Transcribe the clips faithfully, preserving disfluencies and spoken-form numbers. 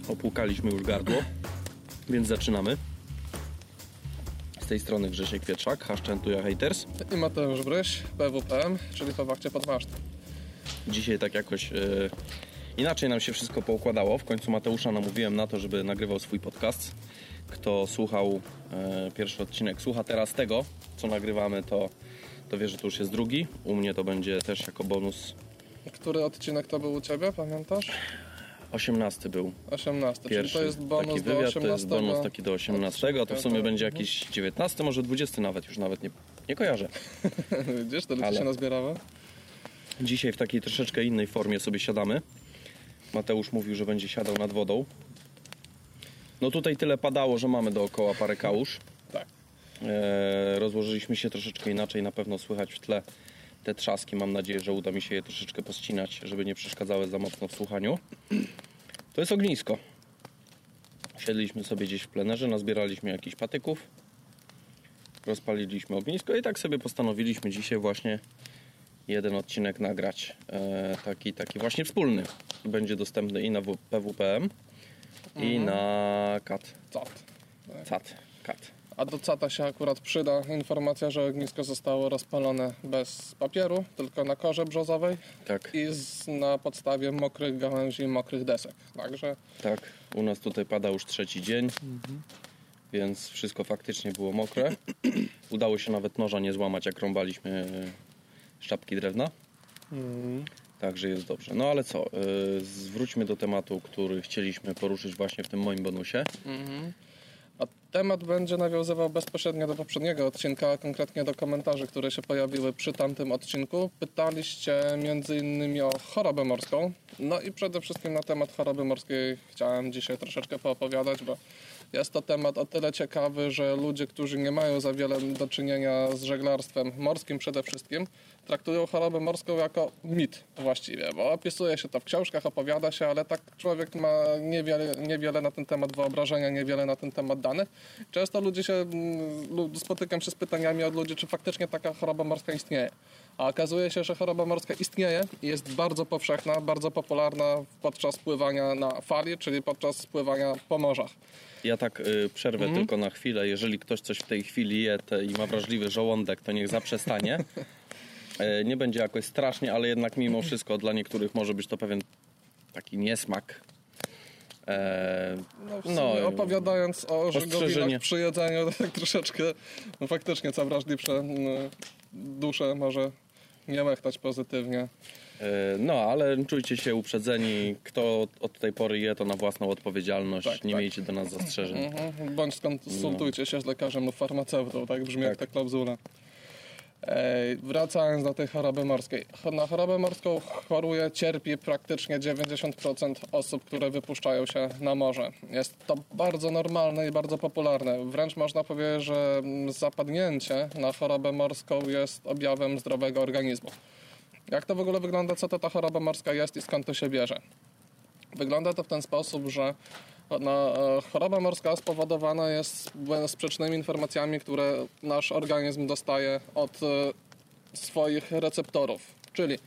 Opłukaliśmy już gardło, więc zaczynamy. Z tej strony Grzesiek Pietrzak, Haszczętuja Haters. I Mateusz Bryś, P W P M, czyli po wachcie pod masztem. Dzisiaj tak jakoś yy, inaczej nam się wszystko poukładało. W końcu Mateusza namówiłem na to, żeby nagrywał swój podcast. Kto słuchał yy, pierwszy odcinek, słucha teraz tego, co nagrywamy, to, to wie, że to już jest drugi. U mnie to będzie też jako bonus. Który odcinek to był u Ciebie, pamiętasz? osiemnasty był. osiemnasty, Pierwszy czyli to jest bonus taki do wywiad, osiemnastego. to jest bonus taki do osiemnastego, to w sumie będzie jakiś dziewiętnasty, może dwudziesty nawet, już nawet nie, nie kojarzę. Widzisz, to Ale się nazbierało? Dzisiaj w takiej troszeczkę innej formie sobie siadamy. Mateusz mówił, że będzie siadał nad wodą. No tutaj tyle padało, że mamy dookoła parę kałuż. Tak. E, rozłożyliśmy się troszeczkę inaczej, na pewno słychać w tle te trzaski. Mam nadzieję, że uda mi się je troszeczkę pościnać, żeby nie przeszkadzały za mocno w słuchaniu. To jest ognisko. Siedliśmy sobie gdzieś w plenerze, nazbieraliśmy jakichś patyków. Rozpaliliśmy ognisko i tak sobie postanowiliśmy dzisiaj właśnie jeden odcinek nagrać. E, taki, taki właśnie wspólny. Będzie dostępny i na P W P M mhm. i na C A T. C A T. C A T. C A T. A do C A T-a się akurat przyda informacja, że ognisko zostało rozpalone bez papieru, tylko na korze brzozowej. Tak. I z, na podstawie mokrych gałęzi i mokrych desek. Także... Tak, u nas tutaj pada już trzeci dzień, mhm. więc wszystko faktycznie było mokre. Udało się nawet noża nie złamać, jak rąbaliśmy sztabki drewna. Mhm. Także jest dobrze. No ale co, yy, zwróćmy do tematu, który chcieliśmy poruszyć właśnie w tym moim bonusie. Mhm. A temat będzie nawiązywał bezpośrednio do poprzedniego odcinka, a konkretnie do komentarzy, które się pojawiły przy tamtym odcinku. Pytaliście między innymi o chorobę morską. No i przede wszystkim na temat choroby morskiej chciałem dzisiaj troszeczkę poopowiadać, bo jest to temat o tyle ciekawy, że ludzie, którzy nie mają za wiele do czynienia z żeglarstwem morskim przede wszystkim, traktują chorobę morską jako mit właściwie, bo opisuje się to w książkach, opowiada się, ale tak człowiek ma niewiele, niewiele na ten temat wyobrażenia, niewiele na ten temat danych. Często ludzie się, spotykam się z pytaniami od ludzi, czy faktycznie taka choroba morska istnieje. A okazuje się, że choroba morska istnieje i jest bardzo powszechna, bardzo popularna podczas pływania na fali, czyli podczas pływania po morzach. Ja tak y, przerwę mm. tylko na chwilę. Jeżeli ktoś coś w tej chwili je te, i ma wrażliwy żołądek, to niech zaprzestanie. y, nie będzie jakoś strasznie, ale jednak mimo wszystko dla niektórych może być to pewien taki niesmak. E, no, w sumie no opowiadając o żegowinach przy jedzeniu, to tak troszeczkę no faktycznie co wrażliwsze no, dusze może nie łechtać pozytywnie. No, ale czujcie się uprzedzeni. Kto od tej pory je, to na własną odpowiedzialność. Tak, nie tak. Miejcie do nas zastrzeżeń. Mhm. Bądź skonsultujcie no. się z lekarzem lub farmaceutą. Tak brzmi tak. jak ta klauzula. Ej, wracając do tej choroby morskiej. Na chorobę morską choruje, cierpi praktycznie dziewięćdziesiąt procent osób, które wypuszczają się na morze. Jest to bardzo normalne i bardzo popularne. Wręcz można powiedzieć, że zapadnięcie na chorobę morską jest objawem zdrowego organizmu. Jak to w ogóle wygląda, co to ta choroba morska jest i skąd to się bierze? Wygląda to w ten sposób, że no, choroba morska spowodowana jest sprzecznymi informacjami, które nasz organizm dostaje od swoich receptorów. Czyli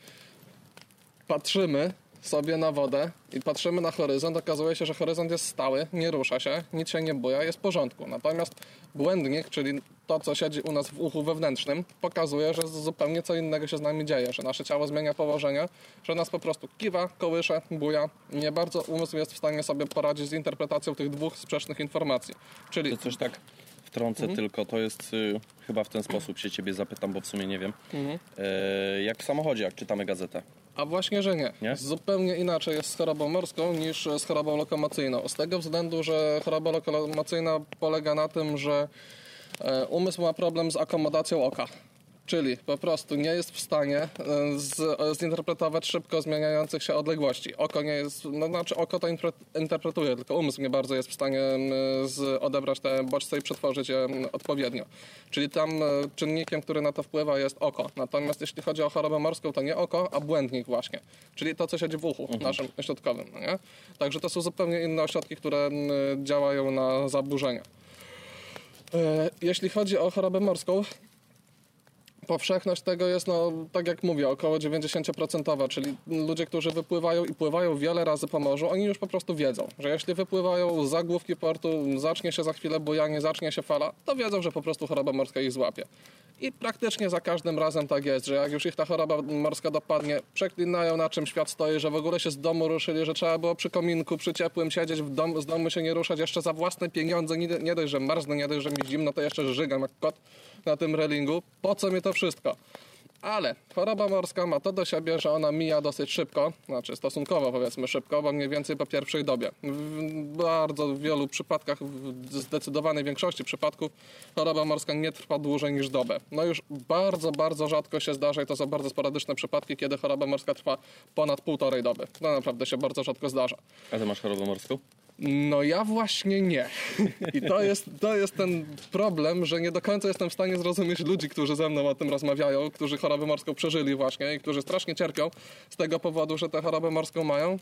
patrzymy sobie na wodę i patrzymy na horyzont, okazuje się, że horyzont jest stały, nie rusza się, nic się nie buja, jest w porządku. Natomiast błędnik, czyli to, co siedzi u nas w uchu wewnętrznym, pokazuje, że zupełnie co innego się z nami dzieje, że nasze ciało zmienia położenie, że nas po prostu kiwa, kołysze, buja. Nie bardzo umysł jest w stanie sobie poradzić z interpretacją tych dwóch sprzecznych informacji. Czyli... To coś tak wtrącę mhm. tylko, to jest y, chyba w ten sposób się ciebie zapytam, bo w sumie nie wiem. Mhm. E, jak w samochodzie, jak czytamy gazetę. A właśnie, że nie. nie. Zupełnie inaczej jest z chorobą morską niż z chorobą lokomocyjną. Z tego względu, że choroba lokomocyjna polega na tym, że umysł ma problem z akomodacją oka. Czyli po prostu nie jest w stanie z, zinterpretować szybko zmieniających się odległości. Oko nie jest, no znaczy oko to interpretuje, tylko umysł nie bardzo jest w stanie z, odebrać te bodźce i przetworzyć je odpowiednio. Czyli tam czynnikiem, który na to wpływa, jest oko. Natomiast jeśli chodzi o chorobę morską, to nie oko, a błędnik właśnie. Czyli to, co siedzi w uchu mhm. naszym środkowym. No nie? Także to są zupełnie inne ośrodki, które działają na zaburzenia. Jeśli chodzi o chorobę morską, powszechność tego jest, no tak jak mówię, około dziewięćdziesiąt procent, czyli ludzie, którzy wypływają i pływają wiele razy po morzu, oni już po prostu wiedzą, że jeśli wypływają za główki portu, zacznie się za chwilę bujanie, zacznie się fala, to wiedzą, że po prostu choroba morska ich złapie. I praktycznie za każdym razem tak jest, że jak już ich ta choroba morska dopadnie, przeklinają, na czym świat stoi, że w ogóle się z domu ruszyli, że trzeba było przy kominku, przy ciepłym siedzieć, w dom, z domu się nie ruszać, jeszcze za własne pieniądze, nie, nie dość, że marznę, nie dość, że mi zimno, to jeszcze żygam jak kot na tym relingu. Po co mi to wszystko? Ale choroba morska ma to do siebie, że ona mija dosyć szybko, znaczy stosunkowo powiedzmy szybko, bo mniej więcej po pierwszej dobie. W bardzo wielu przypadkach, w zdecydowanej większości przypadków choroba morska nie trwa dłużej niż dobę. No już bardzo, bardzo rzadko się zdarza i to są bardzo sporadyczne przypadki, kiedy choroba morska trwa ponad półtorej doby. To naprawdę się bardzo rzadko zdarza. A ty masz chorobę morską? No ja właśnie nie. I to jest, to jest ten problem, że nie do końca jestem w stanie zrozumieć ludzi, którzy ze mną o tym rozmawiają, którzy chorobę morską przeżyli właśnie i którzy strasznie cierpią z tego powodu, że tę chorobę morską mają.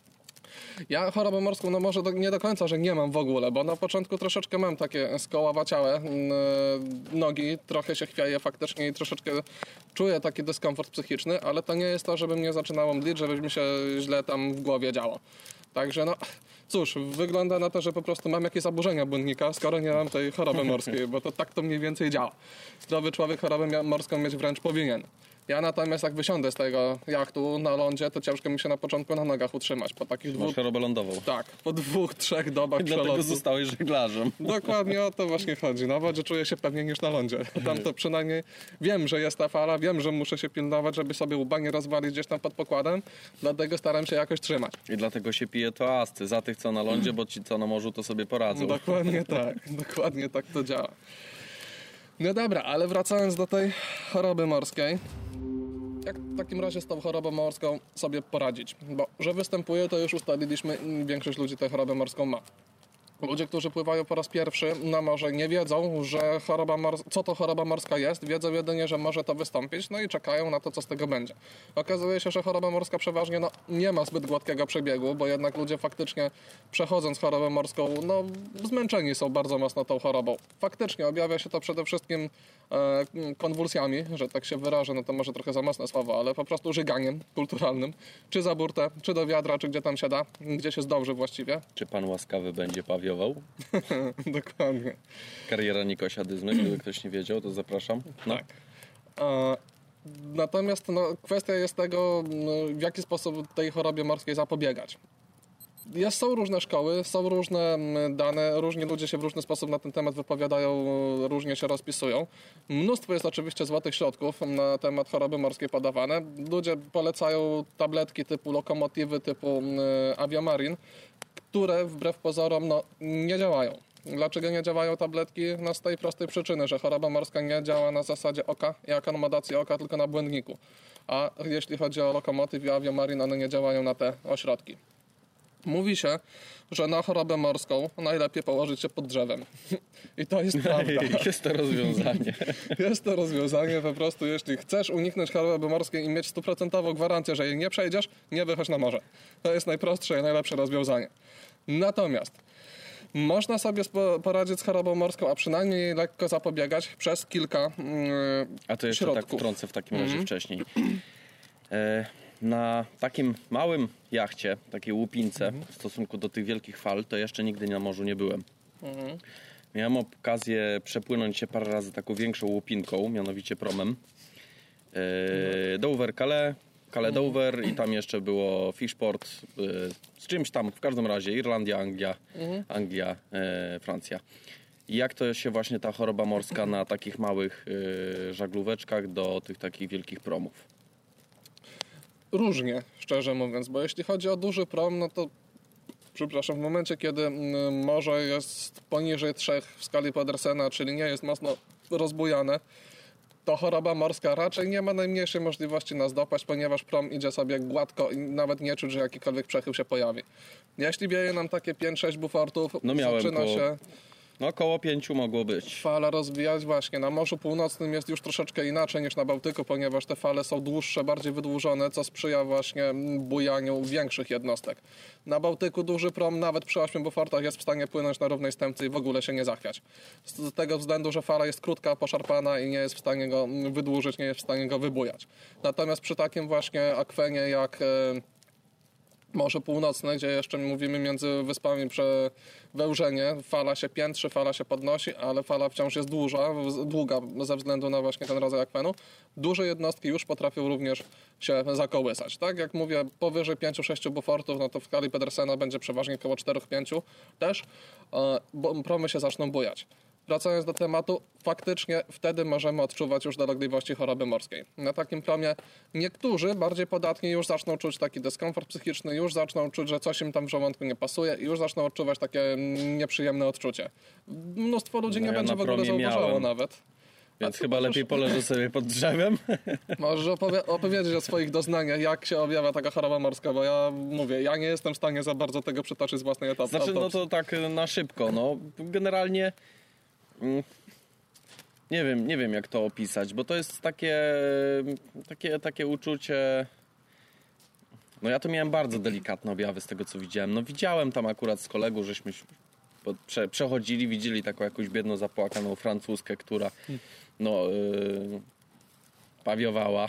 Ja chorobę morską, no może do, nie do końca, że nie mam w ogóle, bo na początku troszeczkę mam takie skoławaciałe yy, nogi, trochę się chwieję faktycznie i troszeczkę czuję taki dyskomfort psychiczny, ale to nie jest to, żeby mnie zaczynało mdlić, żeby mi się źle tam w głowie działo. Także no, cóż, wygląda na to, że po prostu mam jakieś zaburzenia błędnika, skoro nie mam tej choroby morskiej, bo to tak to mniej więcej działa. Zdrowy człowiek chorobę morską mieć wręcz powinien. Ja natomiast jak wysiądę z tego jachtu na lądzie, to ciężko mi się na początku na nogach utrzymać. Po takich dwóch... Masz chorobę lądową. Tak, po dwóch, trzech dobach I przelotu. dlatego zostałeś żeglarzem. Dokładnie o to właśnie chodzi. Na wodzie czuję się pewniej niż na lądzie. Tam to przynajmniej wiem, że jest ta fala, wiem, że muszę się pilnować, żeby sobie łba nie rozwalić gdzieś tam pod pokładem, dlatego staram się jakoś trzymać. I dlatego się pije toasty. Za tych, co na lądzie, bo ci, co na morzu, to sobie poradzą. Dokładnie tak. Dokładnie tak to działa. No dobra, ale wracając do tej choroby morskiej. Jak w takim razie z tą chorobą morską sobie poradzić? Bo że występuje, to już ustaliliśmy, większość ludzi tę chorobę morską ma. Ludzie, którzy pływają po raz pierwszy na morze, nie wiedzą, że choroba mors- co to choroba morska jest, wiedzą jedynie, że może to wystąpić, no i czekają na to, co z tego będzie. Okazuje się, że choroba morska przeważnie no, nie ma zbyt gładkiego przebiegu, bo jednak ludzie faktycznie przechodząc chorobę morską, no zmęczeni są bardzo mocno tą chorobą. Faktycznie objawia się to przede wszystkim e, konwulsjami, że tak się wyrażę, no to może trochę za mocne słowo, ale po prostu żyganiem kulturalnym, czy za burtę, czy do wiadra, czy gdzie tam się da, gdzie się zdąży właściwie. Czy pan łaskawy będzie pawiował? Dokładnie. Kariera Nikosia Dyzmy, gdyby ktoś nie wiedział, to zapraszam. No. Tak. E, natomiast no, kwestia jest tego, w jaki sposób tej chorobie morskiej zapobiegać. Jest, są różne szkoły, są różne dane, różni ludzie się w różny sposób na ten temat wypowiadają, różnie się rozpisują. Mnóstwo jest oczywiście złotych środków na temat choroby morskiej podawane. Ludzie polecają tabletki typu lokomotywy, typu Aviomarin, które wbrew pozorom no, nie działają. Dlaczego nie działają tabletki? No z tej prostej przyczyny, że choroba morska nie działa na zasadzie oka i akomodacji oka, tylko na błędniku. A jeśli chodzi o lokomotyw i Aviomarin, one nie działają na te ośrodki. Mówi się, że na chorobę morską najlepiej położyć się pod drzewem. I to jest prawda. Jest to rozwiązanie. Jest to rozwiązanie po prostu, jeśli chcesz uniknąć choroby morskiej i mieć stuprocentową gwarancję, że jej nie przejdziesz, nie wychodź na morze. To jest najprostsze i najlepsze rozwiązanie. Natomiast można sobie poradzić z chorobą morską, a przynajmniej jej lekko zapobiegać przez kilka yy, A to jeszcze środków. tak wtrącę w takim razie Mhm. wcześniej. E, na takim małym jachcie, takiej łupince Mhm. w stosunku do tych wielkich fal, to jeszcze nigdy na morzu nie byłem. Mhm. Miałem okazję przepłynąć się parę razy taką większą łupinką, mianowicie promem. E, Dover Calais, Calais Dover i tam jeszcze było Fishport e, z czymś tam, w każdym razie Irlandia, Anglia, Mhm. Anglia, e, Francja. I jak to się właśnie ta choroba morska na takich małych e, żaglóweczkach do tych takich wielkich promów? Różnie, szczerze mówiąc, bo jeśli chodzi o duży prom, no to przepraszam, w momencie, kiedy mm, morze jest poniżej trzech w skali Pedersena, czyli nie jest mocno rozbujane, to choroba morska raczej nie ma najmniejszej możliwości nas dopaść, ponieważ prom idzie sobie gładko i nawet nie czuć, że jakikolwiek przechył się pojawi. Jeśli wieje nam takie pięć sześć bufortów, No miałem zaczyna po... się... No około pięciu mogło być. Fala rozwijać właśnie. Na Morzu Północnym jest już troszeczkę inaczej niż na Bałtyku, ponieważ te fale są dłuższe, bardziej wydłużone, co sprzyja właśnie bujaniu większych jednostek. Na Bałtyku duży prom nawet przy ośmiu bufortach jest w stanie płynąć na równej stępce i w ogóle się nie zachwiać. Z tego względu, że fala jest krótka, poszarpana i nie jest w stanie go wydłużyć, nie jest w stanie go wybujać. Natomiast przy takim właśnie akwenie jak Morze Północne, gdzie jeszcze mówimy między wyspami przewężenie, fala się piętrzy, fala się podnosi, ale fala wciąż jest duża, długa ze względu na właśnie ten rodzaj akwenu. Duże jednostki już potrafią również się zakołysać. Tak jak mówię, powyżej pięciu sześciu bufortów, no to w skali Pedersena będzie przeważnie około cztery pięć też, bo promy się zaczną bujać. Wracając do tematu, faktycznie wtedy możemy odczuwać już dolegliwości choroby morskiej. Na takim promie niektórzy, bardziej podatni, już zaczną czuć taki dyskomfort psychiczny, już zaczną czuć, że coś im tam w żołądku nie pasuje i już zaczną odczuwać takie nieprzyjemne odczucie. Mnóstwo ludzi No nie ja będzie w ogóle zauważało miałem. nawet. Więc chyba lepiej poleżę sobie pod drzewem. Możesz opowie- opowiedzieć o swoich doznaniach, jak się objawia taka choroba morska, bo ja mówię, ja nie jestem w stanie za bardzo tego przytoczyć z własnej etapy. Znaczy, no to tak na szybko, no. Generalnie nie wiem, nie wiem jak to opisać, bo to jest takie, takie, takie uczucie. No ja to miałem bardzo delikatne objawy z tego co widziałem. No widziałem tam akurat z kolegą, żeśmy prze, przechodzili, widzieli taką jakąś biedną zapłakaną Francuzkę, która no yy, pawiowała.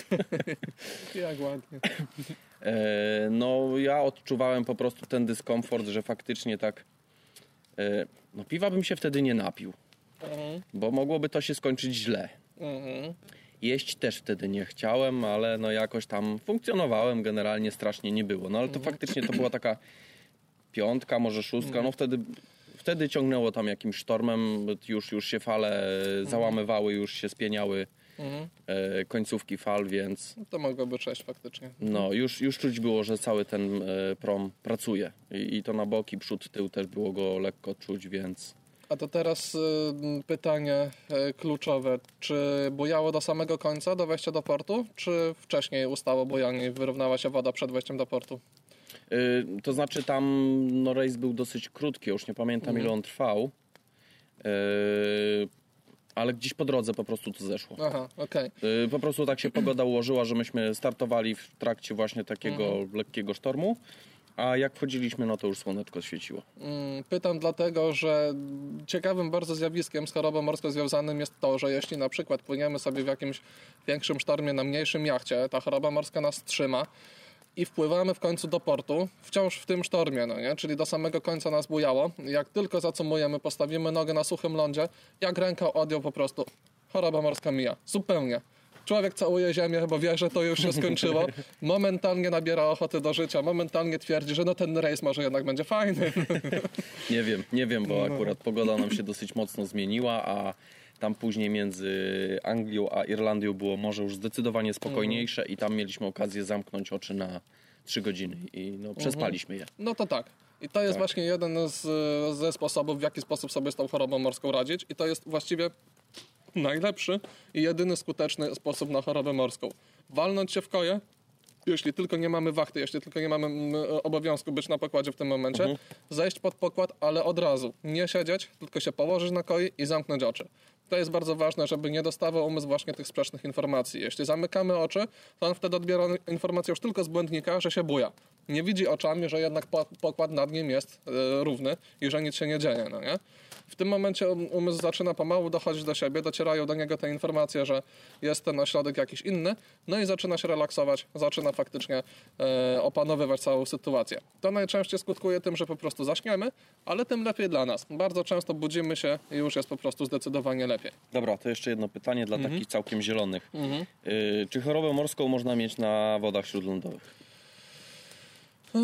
Jak ładnie. Yy, no ja odczuwałem po prostu ten dyskomfort, że faktycznie tak yy, no piwa bym się wtedy nie napił. Mhm. Bo mogłoby to się skończyć źle. Mhm. Jeść też wtedy nie chciałem, ale no jakoś tam funkcjonowałem, generalnie strasznie nie było. No ale to mhm. faktycznie to była taka piątka, może szóstka, mhm. no wtedy, wtedy ciągnęło tam jakimś sztormem, już, już się fale mhm. załamywały, już się spieniały mhm. e, końcówki fal, więc... To mogłoby sześć faktycznie. No, już, już czuć było, że cały ten e, prom pracuje. I, I to na boki, przód, tył też było go lekko czuć, więc... A to teraz y, pytanie y, kluczowe. Czy bujało do samego końca, do wejścia do portu? Czy wcześniej ustało bujanie i wyrównała się woda przed wejściem do portu? Y, to znaczy tam no, rejs był dosyć krótki, już nie pamiętam mm. ile on trwał. Y, ale gdzieś po drodze po prostu to zeszło. Aha, okej. Okay. Po prostu tak się pogoda ułożyła, że myśmy startowali w trakcie właśnie takiego mm. lekkiego sztormu. A jak wchodziliśmy, no to już słoneczko świeciło. Pytam dlatego, że ciekawym bardzo zjawiskiem z chorobą morską związanym jest to, że jeśli na przykład płyniemy sobie w jakimś większym sztormie na mniejszym jachcie, ta choroba morska nas trzyma i wpływamy w końcu do portu, wciąż w tym sztormie, no nie? Czyli do samego końca nas bujało. Jak tylko zacumujemy, postawimy nogę na suchym lądzie, jak ręka odjął po prostu, choroba morska mija. Zupełnie. Człowiek całuje ziemię, bo wie, że to już się skończyło. Momentalnie nabiera ochoty do życia. Momentalnie twierdzi, że no ten rejs może jednak będzie fajny. Nie wiem, nie wiem, bo akurat pogoda nam się dosyć mocno zmieniła, a tam później między Anglią a Irlandią było morze już zdecydowanie spokojniejsze mm. i tam mieliśmy okazję zamknąć oczy na trzy godziny i no, przespaliśmy je. No to tak. I to jest tak. właśnie jeden z, ze sposobów, w jaki sposób sobie z tą chorobą morską radzić. I to jest właściwie najlepszy i jedyny skuteczny sposób na chorobę morską. Walnąć się w koje, jeśli tylko nie mamy wachty, jeśli tylko nie mamy obowiązku być na pokładzie w tym momencie, mhm. zejść pod pokład, ale od razu. Nie siedzieć, tylko się położyć na koi i zamknąć oczy. To jest bardzo ważne, żeby nie dostawał umysł właśnie tych sprzecznych informacji. Jeśli zamykamy oczy, to on wtedy odbiera informację już tylko z błędnika, że się buja. Nie widzi oczami, że jednak pokład nad nim jest yy, równy i że nic się nie dzieje, no nie? W tym momencie umysł zaczyna pomału dochodzić do siebie, docierają do niego te informacje, że jest ten ośrodek jakiś inny, no i zaczyna się relaksować, zaczyna faktycznie e, opanowywać całą sytuację. To najczęściej skutkuje tym, że po prostu zaśniemy, ale tym lepiej dla nas. Bardzo często budzimy się i już jest po prostu zdecydowanie lepiej. Dobra, to jeszcze jedno pytanie dla mhm. takich całkiem zielonych. Mhm. Y, czy chorobę morską można mieć na wodach śródlądowych? Eee,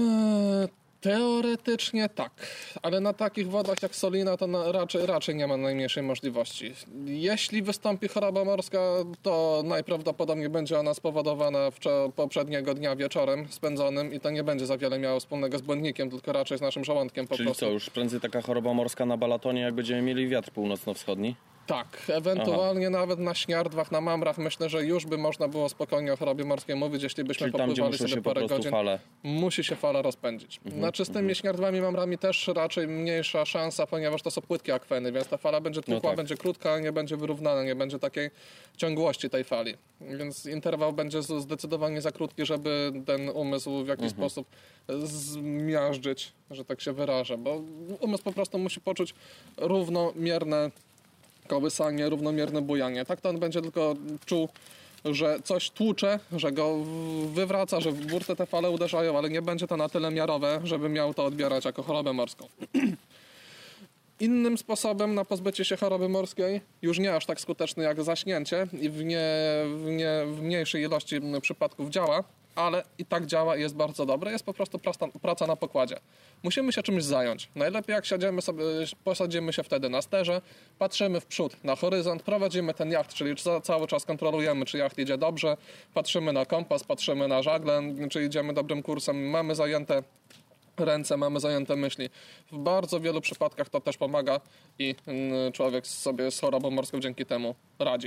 Teoretycznie tak, ale na takich wodach jak Solina to na, raczej, raczej nie ma najmniejszej możliwości. Jeśli wystąpi choroba morska, to najprawdopodobniej będzie ona spowodowana wczo- poprzedniego dnia wieczorem spędzonym i to nie będzie za wiele miało wspólnego z błędnikiem, tylko raczej z naszym żołądkiem po Czyli prostu. co, już prędzej taka choroba morska na Balatonie, jak będziemy mieli wiatr północno-wschodni? Tak, ewentualnie Aha. nawet na śniardwach, na mamrach myślę, że już by można było spokojnie o chorobie morskiej mówić, jeśli byśmy Czyli tam, popływali sobie się parę godzin. Fale. Musi się fala rozpędzić. Mhm, znaczy z tymi mhm. śniardwami, mamrami też raczej mniejsza szansa, ponieważ to są płytkie akweny, więc ta fala będzie tłukła, no tak. będzie krótka, nie będzie wyrównana, nie będzie takiej ciągłości tej fali. Więc interwał będzie zdecydowanie za krótki, żeby ten umysł w jakiś mhm. sposób zmiażdżyć, że tak się wyrażę, bo umysł po prostu musi poczuć równomierne kołysanie, równomierne bujanie. Tak to on będzie tylko czuł, że coś tłucze, że go wywraca, że w burtę te fale uderzają, ale nie będzie to na tyle miarowe, żeby miał to odbierać jako chorobę morską. Innym sposobem na pozbycie się choroby morskiej, już nie aż tak skuteczny jak zaśnięcie i w, nie, w, nie, w mniejszej ilości przypadków działa, ale i tak działa i jest bardzo dobre, jest po prostu praca, praca na pokładzie. Musimy się czymś zająć. Najlepiej jak siedzimy sobie, posadzimy się wtedy na sterze, patrzymy w przód, na horyzont, prowadzimy ten jacht, czyli cały czas kontrolujemy, czy jacht idzie dobrze, patrzymy na kompas, patrzymy na żagle, czy idziemy dobrym kursem, mamy zajęte ręce, mamy zajęte myśli. W bardzo wielu przypadkach to też pomaga i człowiek sobie z chorobą morską dzięki temu radzi.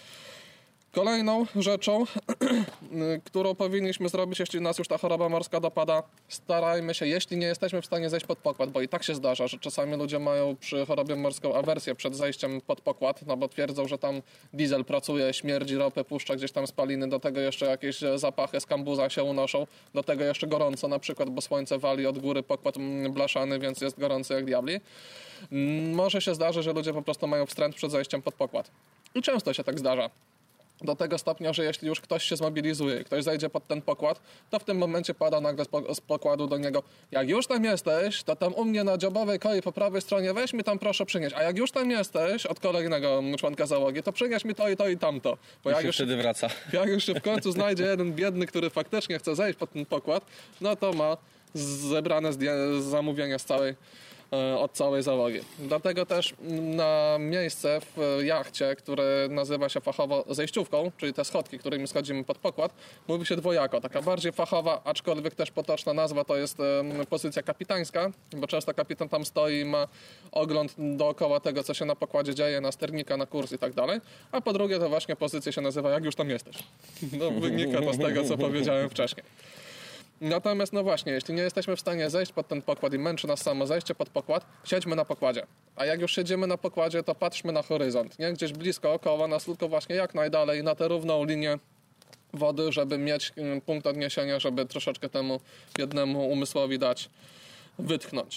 Kolejną rzeczą, którą powinniśmy zrobić, jeśli nas już ta choroba morska dopada, starajmy się, jeśli nie jesteśmy w stanie zejść pod pokład, bo i tak się zdarza, że czasami ludzie mają przy chorobie morską awersję przed zejściem pod pokład, no bo twierdzą, że tam diesel pracuje, śmierdzi, ropę puszcza gdzieś tam spaliny, do tego jeszcze jakieś zapachy z kambuza się unoszą, do tego jeszcze gorąco na przykład, bo słońce wali od góry, pokład blaszany, więc jest gorący jak diabli. Może się zdarzy, że ludzie po prostu mają wstręt przed zejściem pod pokład. I często się tak zdarza. Do tego stopnia, że jeśli już ktoś się zmobilizuje i ktoś zejdzie pod ten pokład, to w tym momencie pada nagle z pokładu do niego: jak już tam jesteś, to tam u mnie na dziobowej koi po prawej stronie weź mi tam proszę przynieść, a jak już tam jesteś od kolejnego członka załogi, to przynieś mi to i to i tamto. Bo I jak się już, wtedy wraca. Jak już się w końcu znajdzie jeden biedny, który faktycznie chce zejść pod ten pokład, no to ma zebrane zamówienia z całej od całej załogi. Dlatego też na miejsce w jachcie, które nazywa się fachowo zejściówką, czyli te schodki, którymi schodzimy pod pokład, mówi się dwojako. Taka bardziej fachowa, aczkolwiek też potoczna nazwa to jest pozycja kapitańska, bo często kapitan tam stoi i ma ogląd dookoła tego, co się na pokładzie dzieje, na sternika, na kurs i tak dalej. A po drugie to właśnie pozycja się nazywa jak już tam jesteś. No, wynika to z tego, co powiedziałem wcześniej. Natomiast no właśnie, jeśli nie jesteśmy w stanie zejść pod ten pokład i męczy nas samo zejście pod pokład, siedźmy na pokładzie. A jak już siedzimy na pokładzie, to patrzmy na horyzont, nie? Gdzieś blisko około nas, tylko właśnie jak najdalej na tę równą linię wody, żeby mieć punkt odniesienia, żeby troszeczkę temu jednemu umysłowi dać wytchnąć.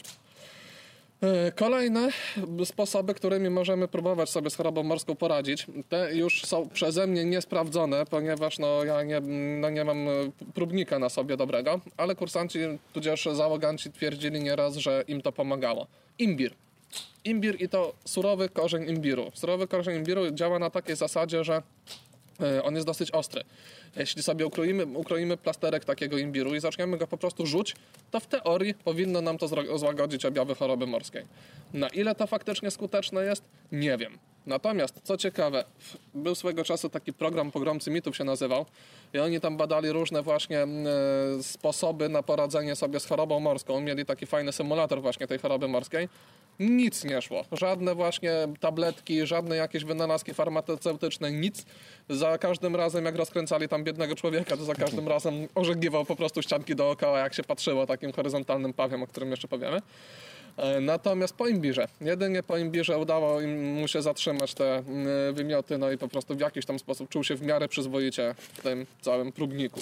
Kolejne sposoby, którymi możemy próbować sobie z chorobą morską poradzić, te już są przeze mnie niesprawdzone, ponieważ no, ja nie, no, nie mam próbnika na sobie dobrego, ale kursanci, tudzież załoganci twierdzili nieraz, że im to pomagało. Imbir. Imbir i to surowy korzeń imbiru. Surowy korzeń imbiru działa na takiej zasadzie, że on jest dosyć ostry. Jeśli sobie ukroimy, ukroimy plasterek takiego imbiru i zaczniemy go po prostu rzuć, to w teorii powinno nam to złagodzić objawy choroby morskiej. Na ile to faktycznie skuteczne jest? Nie wiem. Natomiast, co ciekawe, był swego czasu taki program Pogromcy Mitów się nazywał i oni tam badali różne właśnie e, sposoby na poradzenie sobie z chorobą morską. Mieli taki fajny symulator właśnie tej choroby morskiej. Nic nie szło. Żadne właśnie tabletki, żadne jakieś wynalazki farmaceutyczne, nic. Za każdym razem, jak rozkręcali tam biednego człowieka, to za każdym razem ożegiwał po prostu ścianki dookoła, jak się patrzyło takim horyzontalnym pawiem, o którym jeszcze powiemy. Natomiast po imbirze, jedynie po imbirze udało mu się zatrzymać te wymioty, no i po prostu w jakiś tam sposób czuł się w miarę przyzwoicie w tym całym próbniku.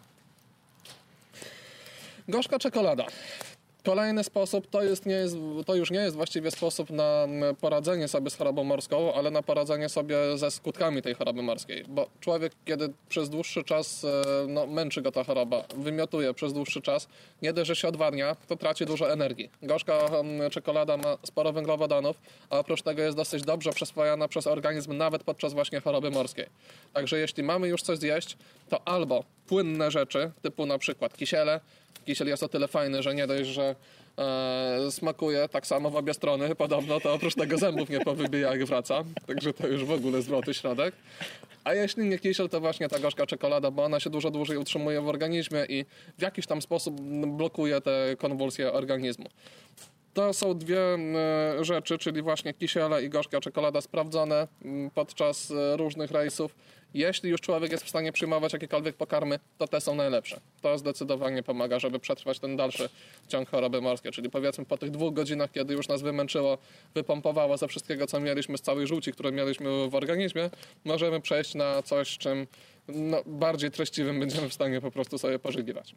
Gorzka czekolada. Kolejny sposób to, jest, nie jest, to już nie jest właściwie sposób na poradzenie sobie z chorobą morską, ale na poradzenie sobie ze skutkami tej choroby morskiej. Bo człowiek, kiedy przez dłuższy czas no, męczy go ta choroba, wymiotuje przez dłuższy czas, nie dość, że się odwarnia, to traci dużo energii. Gorzka czekolada ma sporo węglowodanów, a oprócz tego jest dosyć dobrze przyswajana przez organizm nawet podczas właśnie choroby morskiej. Także jeśli mamy już coś zjeść, to albo płynne rzeczy, typu na przykład kisiele. Kisiel jest o tyle fajny, że nie dość, że e, smakuje tak samo w obie strony, podobno to oprócz tego zębów nie powybija jak wraca, także to już w ogóle zwroty środek. A jeśli nie kisiel, to właśnie ta gorzka czekolada, bo ona się dużo dłużej utrzymuje w organizmie i w jakiś tam sposób blokuje te konwulsje organizmu. To są dwie rzeczy, czyli właśnie kisiele i gorzka czekolada sprawdzone podczas różnych rejsów. Jeśli już człowiek jest w stanie przyjmować jakiekolwiek pokarmy, to te są najlepsze. To zdecydowanie pomaga, żeby przetrwać ten dalszy ciąg choroby morskiej. Czyli powiedzmy po tych dwóch godzinach, kiedy już nas wymęczyło, wypompowało ze wszystkiego, co mieliśmy, z całej żółci, które mieliśmy w organizmie, możemy przejść na coś, czym no, bardziej treściwym będziemy w stanie po prostu sobie pożygiwać.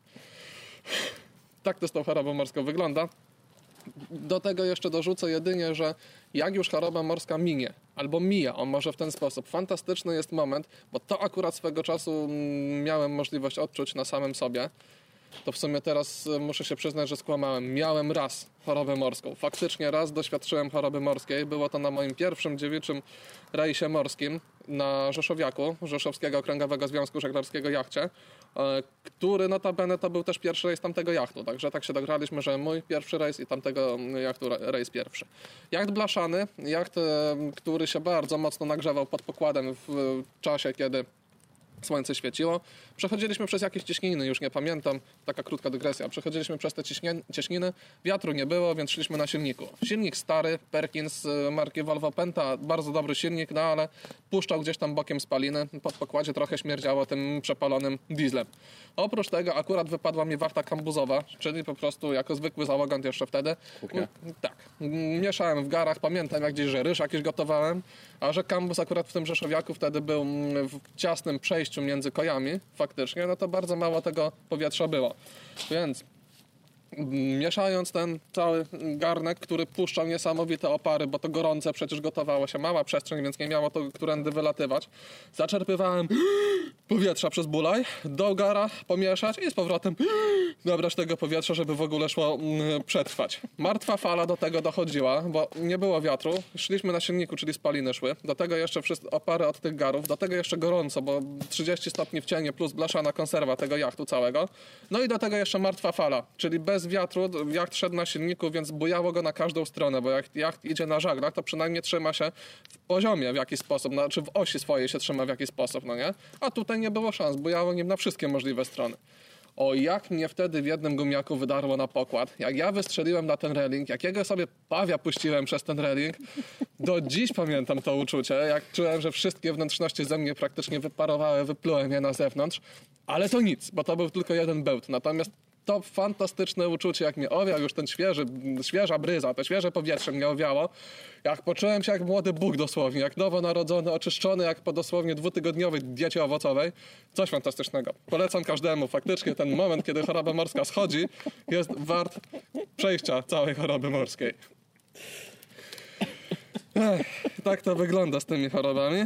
Tak to z tą chorobą morską wygląda. Do tego jeszcze dorzucę jedynie, że jak już choroba morska minie, albo mija, on może w ten sposób. Fantastyczny jest moment, bo to akurat swego czasu miałem możliwość odczuć na samym sobie. To w sumie teraz muszę się przyznać, że skłamałem. Miałem raz chorobę morską. Faktycznie raz doświadczyłem choroby morskiej. Było to na moim pierwszym dziewiczym rejsie morskim na Rzeszowiaku, Rzeszowskiego Okręgowego Związku Żeglarskiego Jachcie, który notabene to był też pierwszy rejs tamtego jachtu. Także tak się dograliśmy, że mój pierwszy rejs i tamtego jachtu rejs pierwszy. Jacht blaszany, jacht, który się bardzo mocno nagrzewał pod pokładem w czasie, kiedy słońce świeciło. Przechodziliśmy przez jakieś cieśniny, już nie pamiętam, taka krótka dygresja. Przechodziliśmy przez te cieśniny, wiatru nie było, więc szliśmy na silniku. Silnik stary, Perkins marki Volvo Penta, bardzo dobry silnik, no ale puszczał gdzieś tam bokiem spaliny, pod pokładzie trochę śmierdziało tym przepalonym dieslem. Oprócz tego akurat wypadła mi warta kambuzowa, czyli po prostu jako zwykły załogant jeszcze wtedy. Kuchnia. Tak, mieszałem w garach, pamiętam jak gdzieś, że ryż jakiś gotowałem, a że kambuz akurat w tym Rzeszowiaku wtedy był w ciasnym przejściu między kojami, faktycznie, no to bardzo mało tego powietrza było. Więc mieszając ten cały garnek, który puszczał niesamowite opary, bo to gorące przecież gotowało się, mała przestrzeń, więc nie miało to którędy wylatywać, zaczerpywałem powietrza przez bulaj, do gara pomieszać i z powrotem nabrać tego powietrza, żeby w ogóle szło przetrwać. Martwa fala do tego dochodziła, bo nie było wiatru, szliśmy na silniku, czyli spaliny szły, do tego jeszcze wszystkie opary od tych garów, do tego jeszcze gorąco, bo trzydzieści stopni w cienie plus blaszana konserwa tego jachtu całego, no i do tego jeszcze martwa fala, czyli bez wiatru, jacht szedł na silniku, więc bujało go na każdą stronę, bo jak jacht idzie na żaglach, to przynajmniej trzyma się w poziomie w jakiś sposób, znaczy w osi swojej się trzyma w jakiś sposób, no nie? A tutaj nie było szans, bujało nim na wszystkie możliwe strony. O, jak mnie wtedy w jednym gumiaku wydarło na pokład. Jak ja wystrzeliłem na ten reling, jakiego sobie pawia puściłem przez ten reling, do dziś pamiętam to uczucie, jak czułem, że wszystkie wnętrzności ze mnie praktycznie wyparowały, wyplułem je na zewnątrz, ale to nic, bo to był tylko jeden bełt. Natomiast to fantastyczne uczucie, jak mnie owiał już ten świeży, świeża bryza, to świeże powietrze mnie owiało, jak poczułem się jak młody Bóg dosłownie, jak nowonarodzony, oczyszczony, jak po dosłownie dwutygodniowej diecie owocowej. Coś fantastycznego. Polecam każdemu. Faktycznie ten moment, kiedy choroba morska schodzi, jest wart przejścia całej choroby morskiej. Ech, tak to wygląda z tymi chorobami.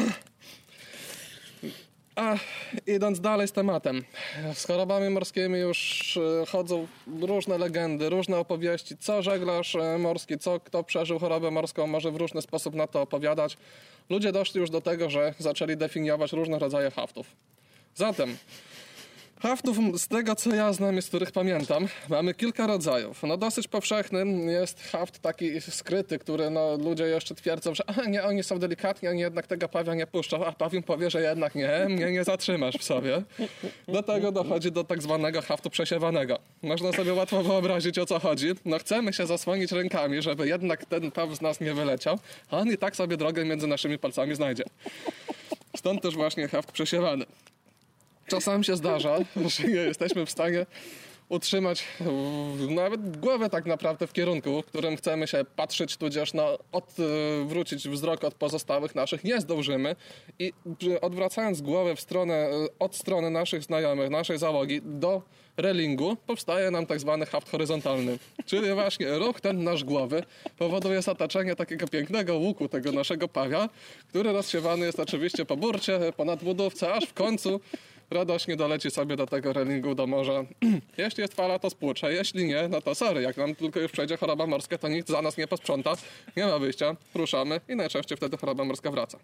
A idąc dalej z tematem, z chorobami morskimi już chodzą różne legendy, różne opowieści, co żeglarz morski, co kto przeżył chorobę morską może w różny sposób na to opowiadać. Ludzie doszli już do tego, że zaczęli definiować różne rodzaje haftów. Zatem haftów, z tego co ja znam i z których pamiętam, mamy kilka rodzajów. No dosyć powszechny jest haft taki skryty, który no, ludzie jeszcze twierdzą, że a, nie, oni są delikatni, oni jednak tego pawia nie puszczą, a pawium powie, że jednak nie, mnie nie zatrzymasz w sobie. Do tego dochodzi do tak zwanego haftu przesiewanego. Można sobie łatwo wyobrazić, o co chodzi. No chcemy się zasłonić rękami, żeby jednak ten paw z nas nie wyleciał, a on i tak sobie drogę między naszymi palcami znajdzie. Stąd też właśnie haft przesiewany. Czasem się zdarza, że nie jesteśmy w stanie utrzymać nawet głowę tak naprawdę w kierunku, w którym chcemy się patrzeć, tudzież no, odwrócić wzrok od pozostałych naszych, nie zdążymy i odwracając głowę w stronę, od strony naszych znajomych, naszej załogi do relingu, powstaje nam tak zwany haft horyzontalny. Czyli właśnie ruch ten nasz głowy powoduje zataczenie takiego pięknego łuku tego naszego pawia, który rozsiewany jest oczywiście po burcie, po nadbudówce, aż w końcu radośnie doleci sobie do tego relingu do morza. Jeśli jest fala, to spłucze. Jeśli nie, no to sorry. Jak nam tylko już przejdzie choroba morska, to nikt za nas nie posprząta. Nie ma wyjścia. Ruszamy i najczęściej wtedy choroba morska wraca.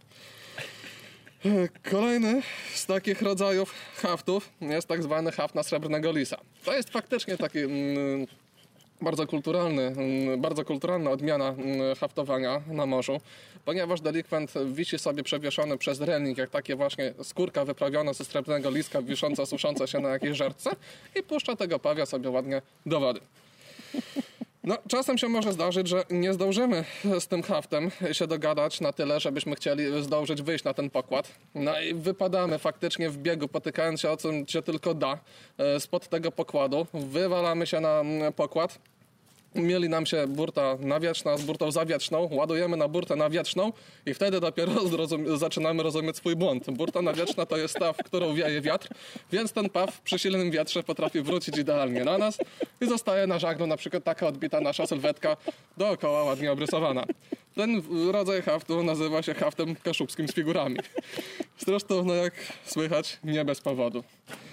Kolejny z takich rodzajów haftów jest tak zwany haft na srebrnego lisa. To jest faktycznie taki mm, bardzo kulturalny, bardzo kulturalna odmiana haftowania na morzu, ponieważ delikwent wisi sobie przewieszony przez reling, jak takie właśnie skórka wyprawiona ze srebrnego liska, wisząca, susząca się na jakiejś żarce i puszcza tego pawia sobie ładnie do wody. No, czasem się może zdarzyć, że nie zdążymy z tym haftem się dogadać na tyle, żebyśmy chcieli zdążyć wyjść na ten pokład. No i wypadamy faktycznie w biegu, potykając się o co się tylko da spod tego pokładu. Wywalamy się na pokład. Mieli nam się burta nawietrzna z burtą zawietrzną, ładujemy na burtę nawietrzną i wtedy dopiero zrozum- zaczynamy rozumieć swój błąd. Burta nawietrzna to jest ta, w którą wieje wiatr, więc ten paw przy silnym wietrze potrafi wrócić idealnie na nas i zostaje na żaglu na przykład taka odbita nasza sylwetka dookoła ładnie obrysowana. Ten rodzaj haftu nazywa się haftem kaszubskim z figurami. Zresztą, no jak słychać, nie bez powodu.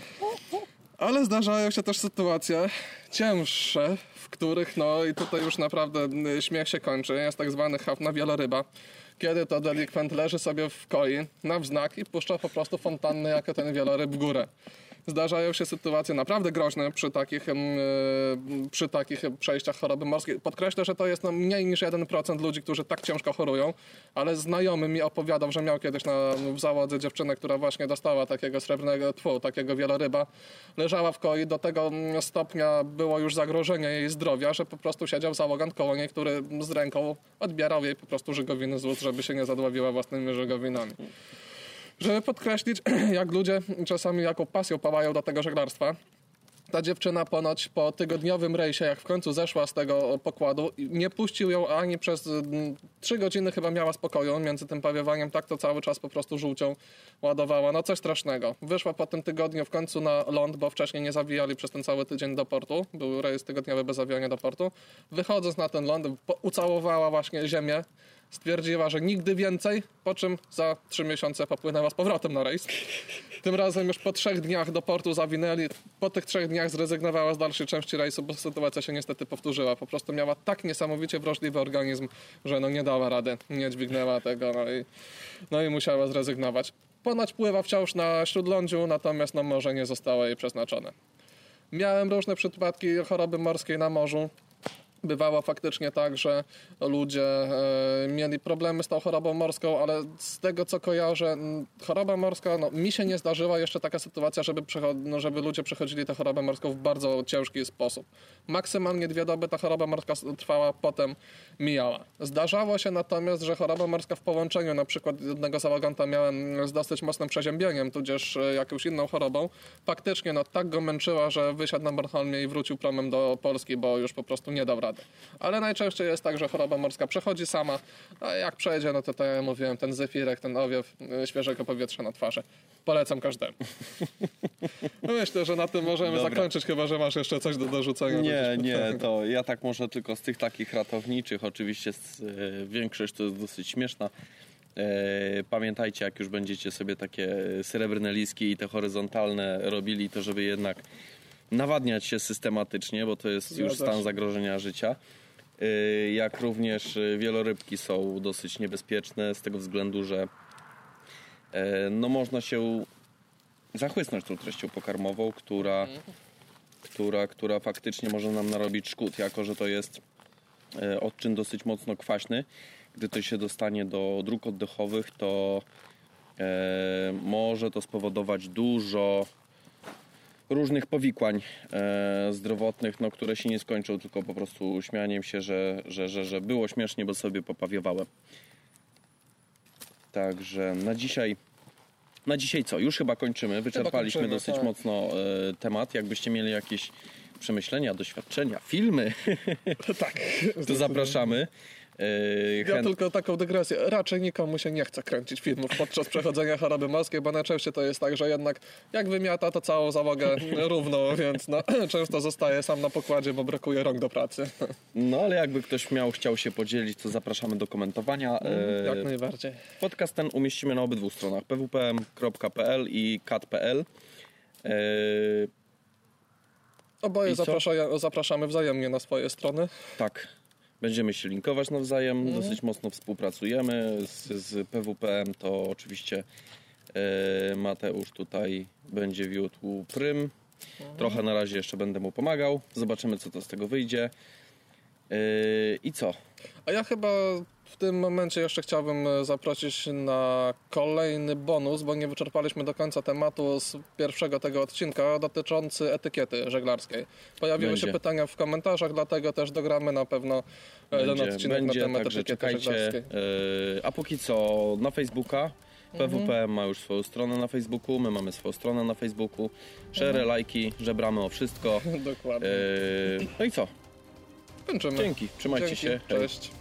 Ale zdarzają się też sytuacje cięższe, w których, no i tutaj już naprawdę śmiech się kończy. Jest tak zwany haft na wieloryba, kiedy to delikwent leży sobie w koi na wznak i puszcza po prostu fontannę jako ten wieloryb w górę. Zdarzają się sytuacje naprawdę groźne przy takich, yy, przy takich przejściach choroby morskiej. Podkreślę, że to jest no, mniej niż jeden procent ludzi, którzy tak ciężko chorują, ale znajomy mi opowiadał, że miał kiedyś na, w załodze dziewczynę, która właśnie dostała takiego srebrnego, tfu, takiego wieloryba. Leżała w koi, do tego stopnia było już zagrożenie jej zdrowia, że po prostu siedział załogant koło niej, który z ręką odbierał jej po prostu żygowiny z ust, żeby się nie zadławiła własnymi żygowinami. Żeby podkreślić, jak ludzie czasami jaką pasją pałają do tego żeglarstwa, ta dziewczyna ponoć po tygodniowym rejsie, jak w końcu zeszła z tego pokładu, nie puścił ją ani przez trzy godziny chyba miała spokoju między tym pawiowaniem, tak to cały czas po prostu żółcią ładowała. No coś strasznego. Wyszła po tym tygodniu w końcu na ląd, bo wcześniej nie zawijali przez ten cały tydzień do portu. Był rejs tygodniowy bez zawijania do portu. Wychodząc na ten ląd, ucałowała właśnie ziemię. Stwierdziła, że nigdy więcej, po czym za trzy miesiące popłynęła z powrotem na rejs. Tym razem już po trzech dniach do portu zawinęli. Po tych trzech dniach zrezygnowała z dalszej części rejsu, bo sytuacja się niestety powtórzyła. Po prostu miała tak niesamowicie wrażliwy organizm, że no nie dała rady, nie dźwignęła tego, no i, no i musiała zrezygnować. Ponoć pływa wciąż na śródlądziu, natomiast no morze nie zostało jej przeznaczone. Miałem różne przypadki choroby morskiej na morzu. Bywało faktycznie tak, że ludzie e, mieli problemy z tą chorobą morską, ale z tego co kojarzę, choroba morska, no mi się nie zdarzyła jeszcze taka sytuacja, żeby, no, żeby ludzie przechodzili tę chorobę morską w bardzo ciężki sposób. Maksymalnie dwie doby ta choroba morska trwała, potem mijała. Zdarzało się natomiast, że choroba morska w połączeniu, na przykład jednego załoganta miałem z dosyć mocnym przeziębieniem, tudzież jakąś inną chorobą, faktycznie no tak go męczyła, że wysiadł na Bornholmie i wrócił promem do Polski, bo już po prostu nie dał rady. Ale najczęściej jest tak, że choroba morska przechodzi sama, a jak przejdzie, no to tak jak mówiłem, ten zefirek, ten owiew świeżego powietrza na twarzy. Polecam każdemu. No myślę, że na tym możemy Dobra. zakończyć, chyba że masz jeszcze coś do dorzucenia. Nie, nie, to ja tak może tylko z tych takich ratowniczych, oczywiście z, y, większość to jest dosyć śmieszna. Y, pamiętajcie, jak już będziecie sobie takie srebrne liski i te horyzontalne robili, to żeby jednak nawadniać się systematycznie, bo to jest już stan zagrożenia życia. Jak również wielorybki są dosyć niebezpieczne z tego względu, że no można się zachłysnąć tą treścią pokarmową, która, która, która faktycznie może nam narobić szkód, jako że to jest odczyn dosyć mocno kwaśny. Gdy to się dostanie do dróg oddechowych, to może to spowodować dużo różnych powikłań e, zdrowotnych, no, które się nie skończą tylko po prostu śmianiem się, że, że, że, że było śmiesznie, bo sobie popawiowałem. Także na dzisiaj na dzisiaj co? Już chyba kończymy. Wyczerpaliśmy kończymy, dosyć tak. mocno e, temat. Jakbyście mieli jakieś przemyślenia, doświadczenia, filmy, tak, to zapraszamy. Ja Chęt... tylko taką dygresję. Raczej nikomu się nie chce kręcić filmów podczas przechodzenia choroby morskiej, bo najczęściej to jest tak, że jednak jak wymiata, to całą załogę równo, więc no, często zostaje sam na pokładzie, bo brakuje rąk do pracy. No ale jakby ktoś miał, chciał się podzielić, to zapraszamy do komentowania. Mm, jak najbardziej. Podcast ten umieścimy na obydwu stronach, p w p m kropka p l i kat kropka p l. Oboje zaprasza, zapraszamy wzajemnie na swoje strony. Tak. Będziemy się linkować nawzajem, mm. dosyć mocno współpracujemy z, z P W P M, to oczywiście e, Mateusz tutaj będzie wiódł prym. Mm. Trochę na razie jeszcze będę mu pomagał, zobaczymy co to z tego wyjdzie. Yy, I co? A ja chyba w tym momencie jeszcze chciałbym zaprosić na kolejny bonus, bo nie wyczerpaliśmy do końca tematu z pierwszego tego odcinka dotyczący etykiety żeglarskiej. Pojawiły Będzie. się pytania w komentarzach, dlatego też dogramy na pewno ten Będzie, odcinek będzie, na temat także etykiety czekajcie. żeglarskiej. Yy, a póki co na Facebooka. P W P M ma już swoją stronę na Facebooku, my mamy swoją stronę na Facebooku. Share, Mhm. lajki, żebramy o wszystko. Dokładnie. Yy, no i co? Kończymy. Dzięki, trzymajcie Dzięki. się. Hej. Cześć.